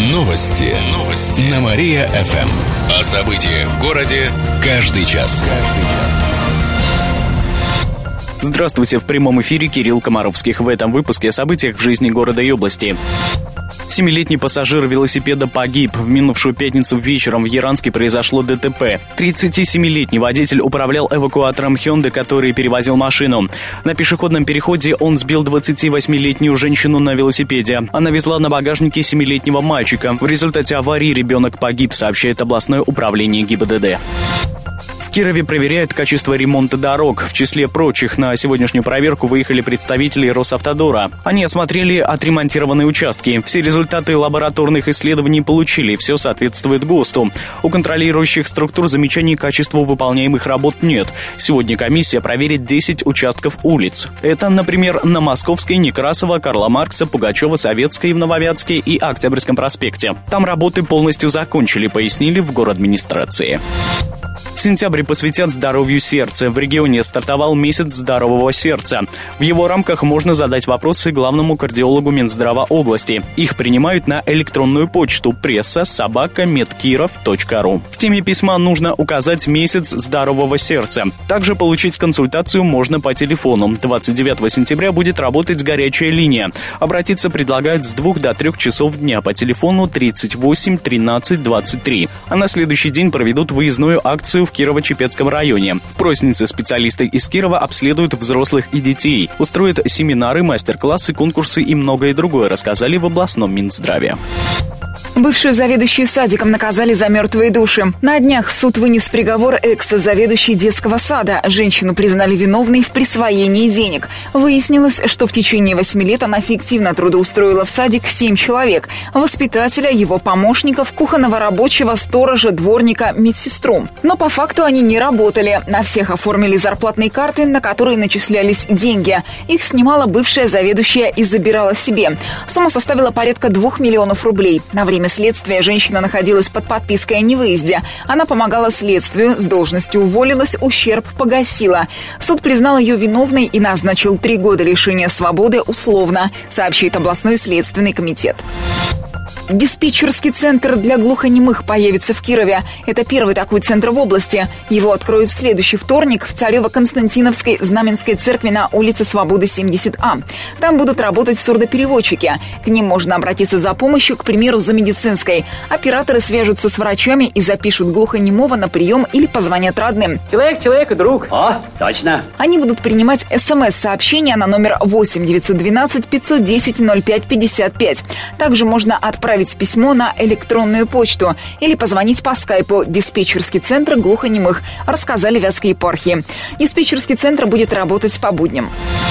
Новости на Мария-ФМ. О событиях в городе каждый час. Здравствуйте, в прямом эфире Кирилл Комаровских. В этом выпуске о событиях в жизни города и области. 7-летний пассажир велосипеда погиб. В минувшую пятницу вечером в Яранске произошло ДТП. 37-летний водитель управлял эвакуатором Hyundai, который перевозил машину. На пешеходном переходе он сбил 28-летнюю женщину на велосипеде. Она везла на багажнике 7-летнего мальчика. В результате аварии ребенок погиб, сообщает областное управление ГИБДД. В Кирове проверяют качество ремонта дорог. В числе прочих на сегодняшнюю проверку выехали представители Росавтодора. Они осмотрели отремонтированные участки. Все результаты лабораторных исследований получили. Все соответствует ГОСТу. У контролирующих структур замечаний к качеству выполняемых работ нет. Сегодня комиссия проверит 10 участков улиц. Это, например, на Московской, Некрасова, Карла Маркса, Пугачева, Советской в Нововятске и Октябрьском проспекте. Там работы полностью закончили, пояснили в горадминистрации. Сентябрь посвятят здоровью сердца. В регионе стартовал месяц здорового сердца. В его рамках можно задать вопросы главному кардиологу Минздрава области. Их принимают на электронную почту pressa@medkirov.ru. В теме письма нужно указать месяц здорового сердца. Также получить консультацию можно по телефону. 29 сентября будет работать горячая линия. Обратиться предлагают с 2 до 3 часов дня по телефону 38 13 23. А на следующий день проведут выездную акцию в Кирово-Чепецком районе. В Проснице специалисты из Кирова обследуют взрослых и детей, устроят семинары, мастер-классы, конкурсы и многое другое, рассказали в областном Минздраве. Бывшую заведующую садиком наказали за мертвые души. На днях суд вынес приговор экс-заведующей детского сада. Женщину признали виновной в присвоении денег. Выяснилось, что в течение 8 лет она фиктивно трудоустроила в садик 7 человек. Воспитателя, его помощников, кухонного рабочего, сторожа, дворника, медсестру. Но по факту они не работали. На всех оформили зарплатные карты, на которые начислялись деньги. Их снимала бывшая заведующая и забирала себе. Сумма составила порядка 2 миллионов рублей. На время следствия женщина находилась под подпиской о невыезде. Она помогала следствию, с должности уволилась, ущерб погасила. Суд признал ее виновной и назначил 3 года лишения свободы условно, сообщит областной следственный комитет. Диспетчерский центр для глухонемых появится в Кирове. Это первый такой центр в области. Его откроют в следующий вторник в Царево-Константиновской Знаменской церкви на улице Свободы, 70А. Там будут работать сурдопереводчики. К ним можно обратиться за помощью, к примеру, за медицинской. Операторы свяжутся с врачами и запишут глухонемого на прием или позвонят родным. Человек и друг. О, точно. Они будут принимать СМС-сообщения на номер 8 912 510 05 55. Также можно отправить письмо на электронную почту или позвонить по скайпу «Диспетчерский центр глухонемых», рассказали в Вятской епархии. Диспетчерский центр будет работать по будням.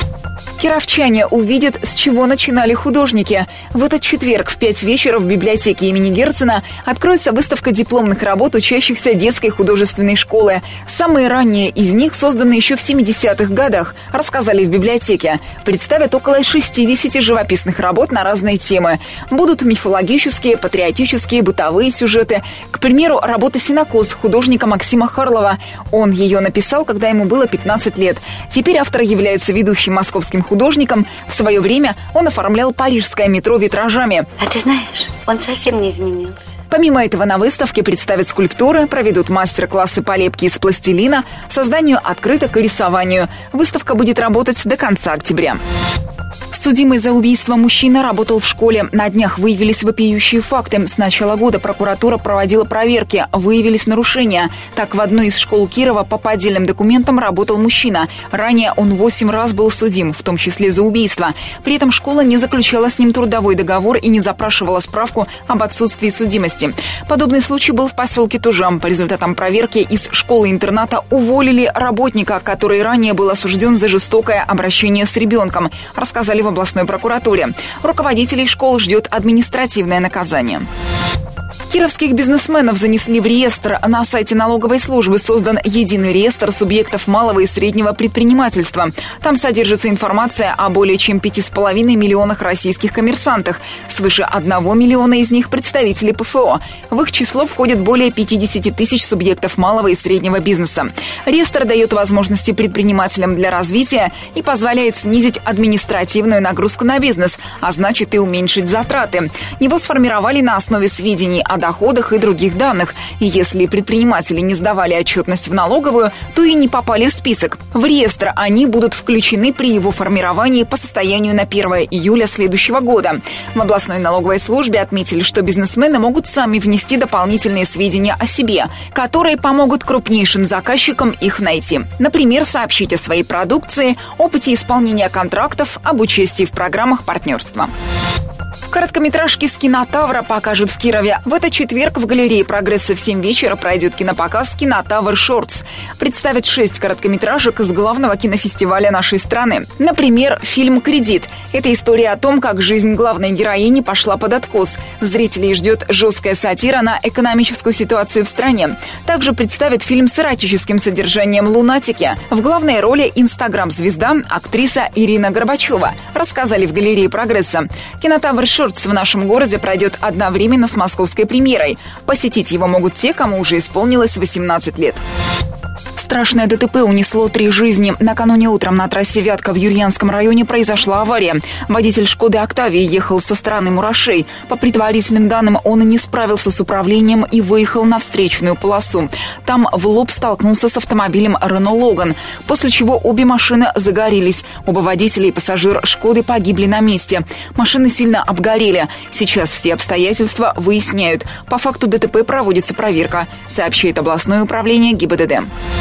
Кировчане увидят, с чего начинали художники. В этот четверг в 5 вечера в библиотеке имени Герцена откроется выставка дипломных работ учащихся детской художественной школы. Самые ранние из них созданы еще в 70-х годах, рассказали в библиотеке. Представят около 60 живописных работ на разные темы. Будут мифологические, патриотические, бытовые сюжеты. К примеру, работа «Сенокос» художника Максима Харлова. Он ее написал, когда ему было 15 лет. Теперь автор является ведущим московским художником. В свое время он оформлял парижское метро витражами. А ты знаешь, он совсем не изменился. Помимо этого на выставке представят скульптуры, проведут мастер-классы по лепке из пластилина, созданию открыток и рисованию. Выставка будет работать до конца октября. Судимый за убийство мужчина работал в школе. На днях выявились вопиющие факты. С начала года прокуратура проводила проверки. Выявились нарушения. Так, в одной из школ Кирова по поддельным документам работал мужчина. Ранее он 8 раз был судим, в том числе за убийство. При этом школа не заключала с ним трудовой договор и не запрашивала справку об отсутствии судимости. Подобный случай был в поселке Тужам. По результатам проверки из школы-интерната уволили работника, который ранее был осужден за жестокое обращение с ребенком, рассказали в областной прокуратуре. Руководителей школ ждет административное наказание. Кировских бизнесменов занесли в реестр. На сайте налоговой службы создан единый реестр субъектов малого и среднего предпринимательства. Там содержится информация о более чем 5,5 миллионах российских коммерсантах. Свыше 1 миллиона из них представители ПФО. В их число входят более 50 тысяч субъектов малого и среднего бизнеса. Реестр дает возможности предпринимателям для развития и позволяет снизить административную нагрузку на бизнес, а значит и уменьшить затраты. Его сформировали на основе сведений о доходах и других данных. И если предприниматели не сдавали отчетность в налоговую, то и не попали в список. В реестр они будут включены при его формировании по состоянию на 1 июля следующего года. В областной налоговой службе отметили, что бизнесмены могут сами внести дополнительные сведения о себе, которые помогут крупнейшим заказчикам их найти. Например, сообщить о своей продукции, опыте исполнения контрактов, об участии в программах партнерства. Короткометражки с «Кинотавра» покажут в Кирове. В этот четверг в галерее «Прогресса» в 7 вечера пройдет кинопоказ «Кинотавр Шортс». Представят 6 короткометражек с главного кинофестиваля нашей страны. Например, фильм «Кредит». Это история о том, как жизнь главной героини пошла под откос. Зрителей ждет жесткая сатира на экономическую ситуацию в стране. Также представят фильм с эротическим содержанием «Лунатики». В главной роли инстаграм-звезда, актриса Ирина Горбачева. Рассказали в галерее «Прогресса». «Кинотавр Шортс» в нашем городе пройдет одновременно с московской премьерой. Посетить его могут те, кому уже исполнилось 18 лет. Страшное ДТП унесло 3 жизни. Накануне утром на трассе Вятка в Юрьянском районе произошла авария. Водитель «Шкоды Октавии» ехал со стороны Мурашей. По предварительным данным, он не справился с управлением и выехал на встречную полосу. Там в лоб столкнулся с автомобилем «Рено Логан», после чего обе машины загорелись. Оба водителя и пассажир «Шкоды» погибли на месте. Машины сильно обгорели. Сейчас все обстоятельства выясняют. По факту ДТП проводится проверка, сообщает областное управление ГИБДД.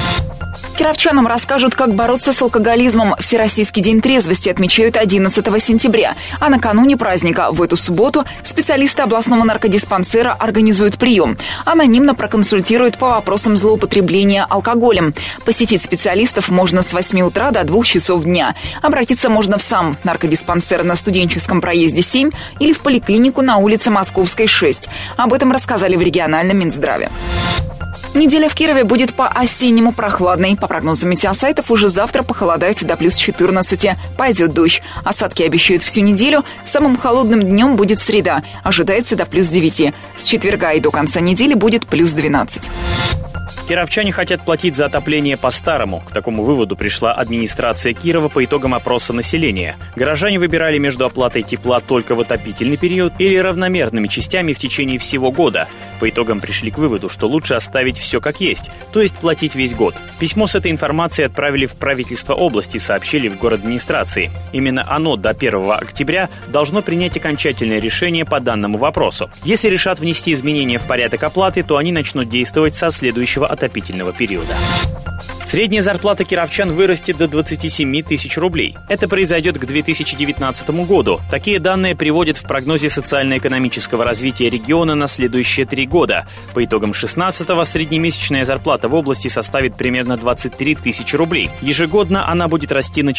Кировчанам расскажут, как бороться с алкоголизмом. Всероссийский день трезвости отмечают 11 сентября. А накануне праздника, в эту субботу, специалисты областного наркодиспансера организуют прием. Анонимно проконсультируют по вопросам злоупотребления алкоголем. Посетить специалистов можно с 8 утра до 2 часов дня. Обратиться можно в сам наркодиспансер на Студенческом проезде 7 или в поликлинику на улице Московской 6. Об этом рассказали в региональном Минздраве. Неделя в Кирове будет по-осеннему прохладной. По прогнозам метеосайтов, уже завтра похолодает до плюс 14. Пойдет дождь. Осадки обещают всю неделю. Самым холодным днем будет среда. Ожидается до плюс 9. С четверга и до конца недели будет плюс 12. Кировчане хотят платить за отопление по-старому. К такому выводу пришла администрация Кирова по итогам опроса населения. Горожане выбирали между оплатой тепла только в отопительный период или равномерными частями в течение всего года. По итогам пришли к выводу, что лучше оставить все как есть, то есть платить весь год. Письмо с этой информацией отправили в правительство области, сообщили в городадминистрации. Именно оно до 1 октября должно принять окончательное решение по данному вопросу. Если решат внести изменения в порядок оплаты, то они начнут действовать со следующего отопительного периода. Средняя зарплата кировчан вырастет до 27 тысяч рублей. Это произойдет к 2019 году. Такие данные приводят в прогнозе социально-экономического развития региона на следующие 3 года. По итогам 16-го среднемесячная зарплата в области составит примерно 23 тысячи рублей. Ежегодно она будет расти на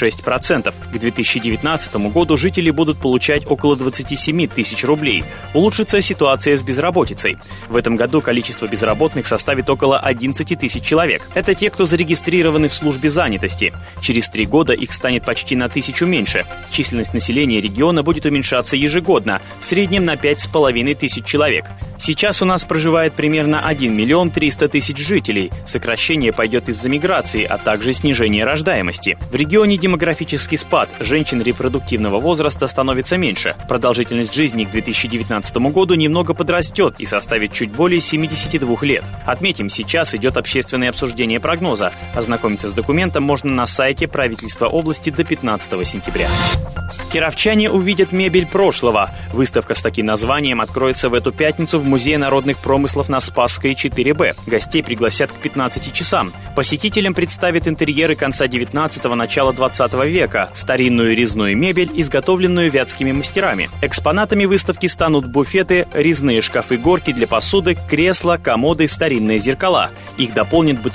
4-6%. К 2019 году жители будут получать около 27 тысяч рублей. Улучшится ситуация с безработицей. В этом году количество безработных составит около 11 тысяч человек. Это те, кто зарегистрированы в службе занятости. Через 3 года их станет почти на 1000 меньше. Численность населения региона будет уменьшаться ежегодно, в среднем на 5500 человек. Сейчас у нас проживает примерно 1 миллион 300 тысяч жителей. Сокращение пойдет из-за миграции, а также снижения рождаемости. В регионе демографический спад, женщин репродуктивного возраста становится меньше. Продолжительность жизни к 2019 году немного подрастет и составит чуть более 72 лет. Отметим, сейчас идет общественное обсуждение прогноза. Ознакомиться с документом можно на сайте правительства области до 15 сентября. Кировчане увидят мебель прошлого. Выставка с таким названием откроется в эту пятницу в Музее народных промыслов на Спасской 4Б. Гостей пригласят к 15 часам. Посетителям представят интерьеры конца 19-го, начала 20 века, старинную резную мебель, изготовленную вятскими мастерами. Экспонатами выставки станут буфеты, резные шкафы-горки для посуды, кресла, комоды, старинные зеркала. Их дополнят бытовыми предметами.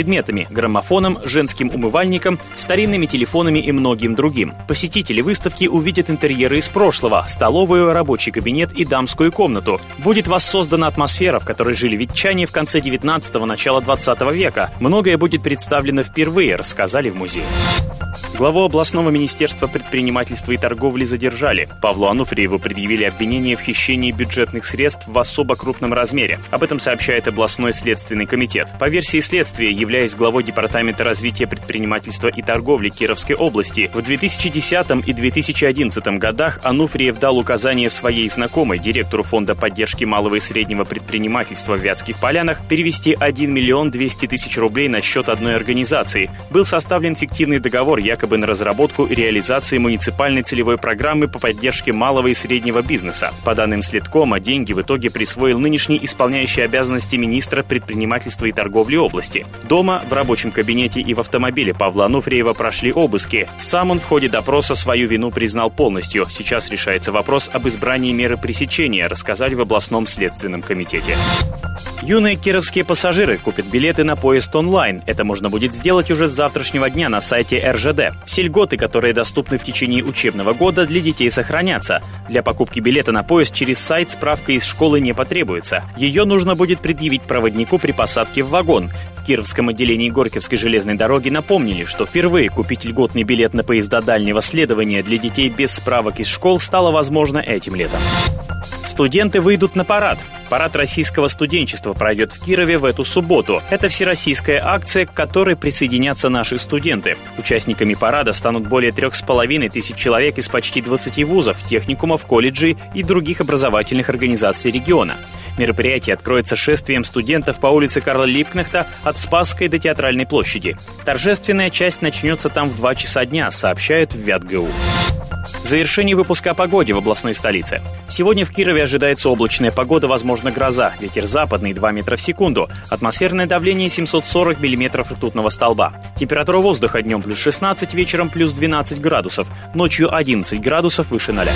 предметами – граммофоном, женским умывальником, старинными телефонами и многим другим. Посетители выставки увидят интерьеры из прошлого – столовую, рабочий кабинет и дамскую комнату. Будет воссоздана атмосфера, в которой жили ветчане в конце 19-го, начала 20 века. Многое будет представлено впервые, рассказали в музее. Главу областного министерства предпринимательства и торговли задержали. Павлу Ануфриеву предъявили обвинение в хищении бюджетных средств в особо крупном размере. Об этом сообщает областной следственный комитет. По версии следствия, являясь главой Департамента развития предпринимательства и торговли Кировской области, в 2010 и 2011 годах Ануфриев дал указание своей знакомой, директору Фонда поддержки малого и среднего предпринимательства в Вятских Полянах, перевести 1 миллион 200 тысяч рублей на счет одной организации. Был составлен фиктивный договор якобы на разработку и реализацию муниципальной целевой программы по поддержке малого и среднего бизнеса. По данным Следкома, деньги в итоге присвоил нынешний исполняющий обязанности министра предпринимательства и торговли области. Дома, в рабочем кабинете и в автомобиле Павла Ануфриева прошли обыски. Сам он в ходе допроса свою вину признал полностью. Сейчас решается вопрос об избрании меры пресечения, рассказали в областном следственном комитете. Юные кировские пассажиры купят билеты на поезд онлайн. Это можно будет сделать уже с завтрашнего дня на сайте РЖД. Все льготы, которые доступны в течение учебного года, для детей сохранятся. Для покупки билета на поезд через сайт справка из школы не потребуется. Ее нужно будет предъявить проводнику при посадке в вагон. В Кировском отделении Горьковской железной дороги напомнили, что впервые купить льготный билет на поезда дальнего следования для детей без справок из школ стало возможно этим летом. Студенты выйдут на парад. Парад российского студенчества пройдет в Кирове в эту субботу. Это всероссийская акция, к которой присоединятся наши студенты. Участниками парада станут более 3500 человек из почти 20 вузов, техникумов, колледжей и других образовательных организаций региона. Мероприятие откроется шествием студентов по улице Карла Липкнехта от Спасской до Театральной площади. Торжественная часть начнется там в 2 часа дня, сообщают в ВятГУ. Завершение выпуска о погоде в областной столице. Сегодня в Кирове ожидается облачная погода, возможно гроза. Ветер западный 2 метра в секунду. Атмосферное давление 740 миллиметров ртутного столба. Температура воздуха днем плюс 16, вечером плюс 12 градусов. Ночью 11 градусов выше 0.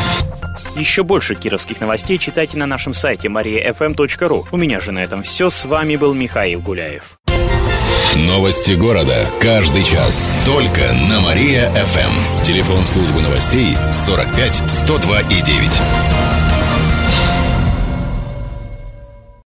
Еще больше кировских новостей читайте на нашем сайте mariafm.ru. У меня же на этом все. С вами был Михаил Гуляев. Новости города. Каждый час. Только на Мария-ФМ. Телефон службы новостей 45 102 и 9.